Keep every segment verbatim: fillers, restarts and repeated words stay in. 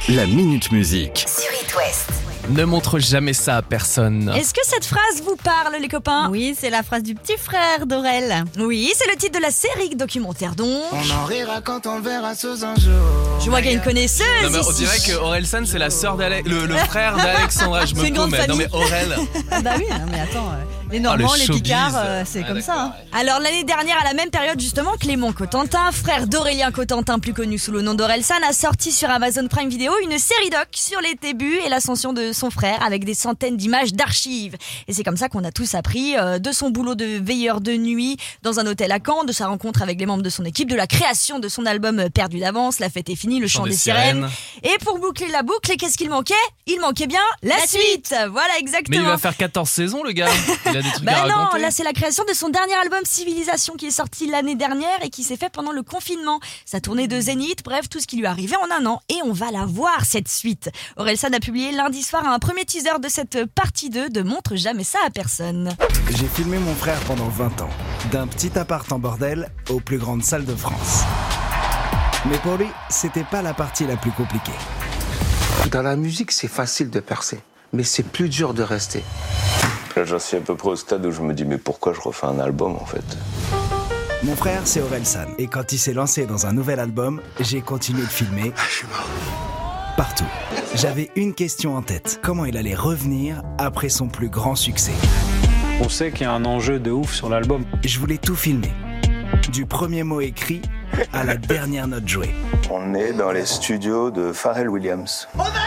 La Minute Musique. Sur It West. Ne montre jamais ça à personne. Est-ce que cette phrase vous parle, les copains ? Oui, c'est la phrase du petit frère d'Aurel. Oui, c'est le titre de la série documentaire donc. On en rira quand on le verra sous un jour. Je vois qu'il y a une connaisseuse Non mais on ici. dirait que Orelsan c'est la sœur d'Alex, le, le frère d'Alexandra. Je C'est me une grande commets. Non mais famille. Aurel. Ah bah oui, non, mais attends, euh, les Ah, Normands, le les showbiz. Picards, euh, c'est Ah, comme d'accord, ça. hein. ouais. Alors l'année dernière, à la même période justement, Clément Cotentin, frère d'Aurélien Cotentin, plus connu sous le nom d'Orelsan, a sorti sur Amazon Prime Video une série doc sur les débuts et l'ascension de son frère avec des centaines d'images d'archives. Et c'est comme ça qu'on a tous appris euh, de son boulot de veilleur de nuit dans un hôtel à Caen, de sa rencontre avec les membres de son équipe, de la création de son album euh, Perdu d'avance, La fête est finie, Le chant des, sirènes. Et pour boucler la boucle, qu'est-ce qu'il manquait ? Il manquait bien la, La suite. Voilà, exactement. Mais il va faire quatorze saisons le gars. Il a des trucs à Ben non, raconter. là c'est la création de son dernier album Civilisation qui est sorti l'année dernière et qui s'est fait pendant le confinement. Sa tournée de Zénith, bref, tout ce qui lui est arrivé en un an. Et on va la voir cette suite. Orelsan a publié lundi soir un premier teaser de cette partie deux de Montre jamais ça à personne. J'ai filmé mon frère pendant vingt ans, d'un petit appart en bordel aux plus grandes salles de France. Mais pour lui, c'était pas la partie la plus compliquée. Dans la musique, c'est facile de percer, mais c'est plus dur de rester. Là, j'en suis à peu près au stade où je me dis, mais pourquoi je refais un album en fait ? Mon frère, c'est Orelsan. Et quand il s'est lancé dans un nouvel album, j'ai continué de filmer partout. J'avais une question en tête. Comment il allait revenir après son plus grand succès ? On sait qu'il y a un enjeu de ouf sur l'album. Je voulais tout filmer. Du premier mot écrit à la dernière note jouée. On est dans les studios de Pharrell Williams.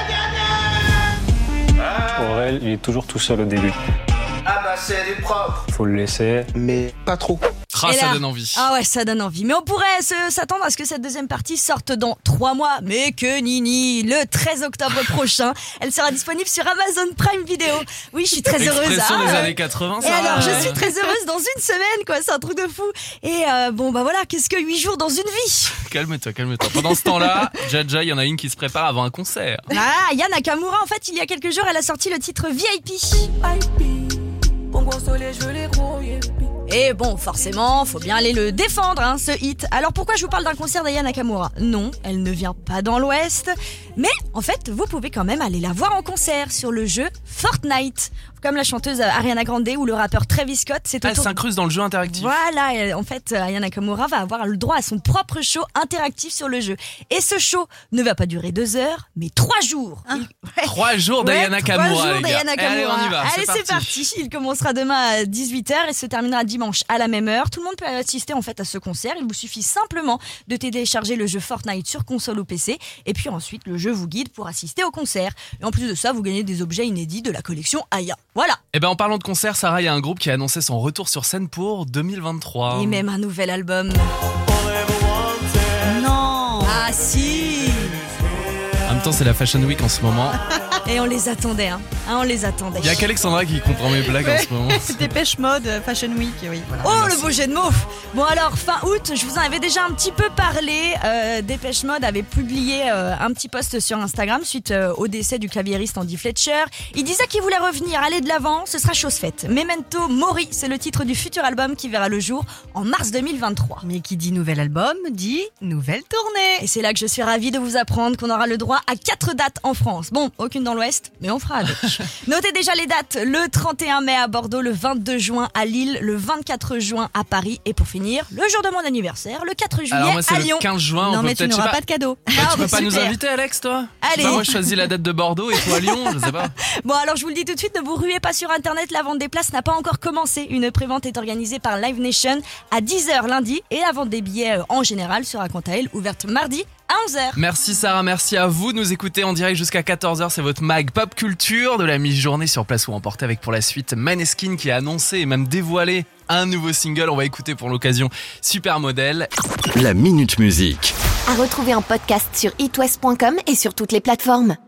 Aurel, il est toujours tout seul au début. Ah bah c'est du propre. Faut le laisser. Mais pas trop. Ah, Et ça là- donne envie. Ah ouais, ça donne envie. Mais on pourrait se- s'attendre à ce que cette deuxième partie sorte dans trois mois. Mais que nini, le treize octobre prochain, elle sera disponible sur Amazon Prime Video. Oui, je suis très heureuse. Expression hein, des ouais. années quatre-vingts. Et ça alors, va. je suis très heureuse dans une semaine, quoi. C'est un truc de fou. Et euh, bon, bah voilà, qu'est-ce que huit jours dans une vie ? Calme-toi, calme-toi. Pendant ce temps-là, Jaja, il y en a une qui se prépare avant un concert. Ah, Aya Nakamura, en fait, il y a quelques jours, elle a sorti le titre V I P. Et bon, forcément, faut bien aller le défendre, hein, ce hit. Alors pourquoi je vous parle d'un concert d'Aya Nakamura ? Non, elle ne vient pas dans l'Ouest. Mais en fait, vous pouvez quand même aller la voir en concert sur le jeu Fortnite. Comme la chanteuse Ariana Grande ou le rappeur Travis Scott, c'est Ah, elle autour... s'incruse dans le jeu interactif. Voilà, et en fait, Aya Nakamura va avoir le droit à son propre show interactif sur le jeu. Et ce show ne va pas durer deux heures, mais trois jours. Il- ouais. Trois jours Ouais, d'Aya Nakamura, trois jours les gars. d'Aya Nakamura. Allez, on y va. Allez, c'est parti. Il commencera demain à dix-huit heures et se terminera dimanche à la même heure. Tout le monde peut assister en fait à ce concert. Il vous suffit simplement de télécharger le jeu Fortnite sur console ou P C. Et puis ensuite, le jeu vous guide pour assister au concert. Et en plus de ça, vous gagnez des objets inédits de la collection Aya. Voilà. Et ben en parlant de concert, Sarah, il y a un groupe qui a annoncé son retour sur scène pour deux mille vingt-trois. Et même un nouvel album. Non. Ah si. En même temps, c'est la Fashion Week en ce moment. Et on les attendait, hein. Hein, on les attendait. Il y a qu'Alexandra qui comprend mes blagues en ce moment. C'était Pêche Mode, euh, Fashion Week, oui. Voilà. Oh, le beau jet de mots. Bon alors, fin août, je vous en avais déjà un petit peu parlé. Euh, Dépêche Mode avait publié euh, un petit post sur Instagram suite euh, au décès du claviériste Andy Fletcher. Il disait qu'il voulait revenir, aller de l'avant, ce sera chose faite. Memento Mori, c'est le titre du futur album qui verra le jour en mars deux mille vingt-trois. Mais qui dit nouvel album, dit nouvelle tournée. Et c'est là que je suis ravie de vous apprendre qu'on aura le droit à quatre dates en France. Bon, aucune dans l'Ouest, mais on fera avec. Notez déjà les dates. Le trente et un mai à Bordeaux, le vingt-deux juin à Lille, le vingt-quatre juin à Paris. Et pour finir, le jour de mon anniversaire, le quatre juillet Alors moi, c'est à le Lyon. quinze juin. non on peut mais tu peut-être, je sais n'auras pas, pas de cadeau. Bah, Ah, tu peux bah, pas nous super. inviter, Alex, toi? Allez. Bah, moi, je choisis la date de Bordeaux et toi, Lyon, je sais pas. Bon, alors je vous le dis tout de suite, ne vous ruez pas sur Internet. La vente des places n'a pas encore commencé. Une prévente est organisée par Live Nation à dix heures lundi. Et la vente des billets euh, en général sera quant à elle ouverte mardi à onze heures. Merci Sarah, merci à vous de nous écouter en direct jusqu'à quatorze heures. C'est votre mag pop culture de la mi-journée sur Place ou Emporté avec pour la suite Maneskin qui a annoncé et même dévoilé un nouveau single. On va écouter pour l'occasion Supermodel. La Minute Musique. À retrouver en podcast sur it west point com et sur toutes les plateformes.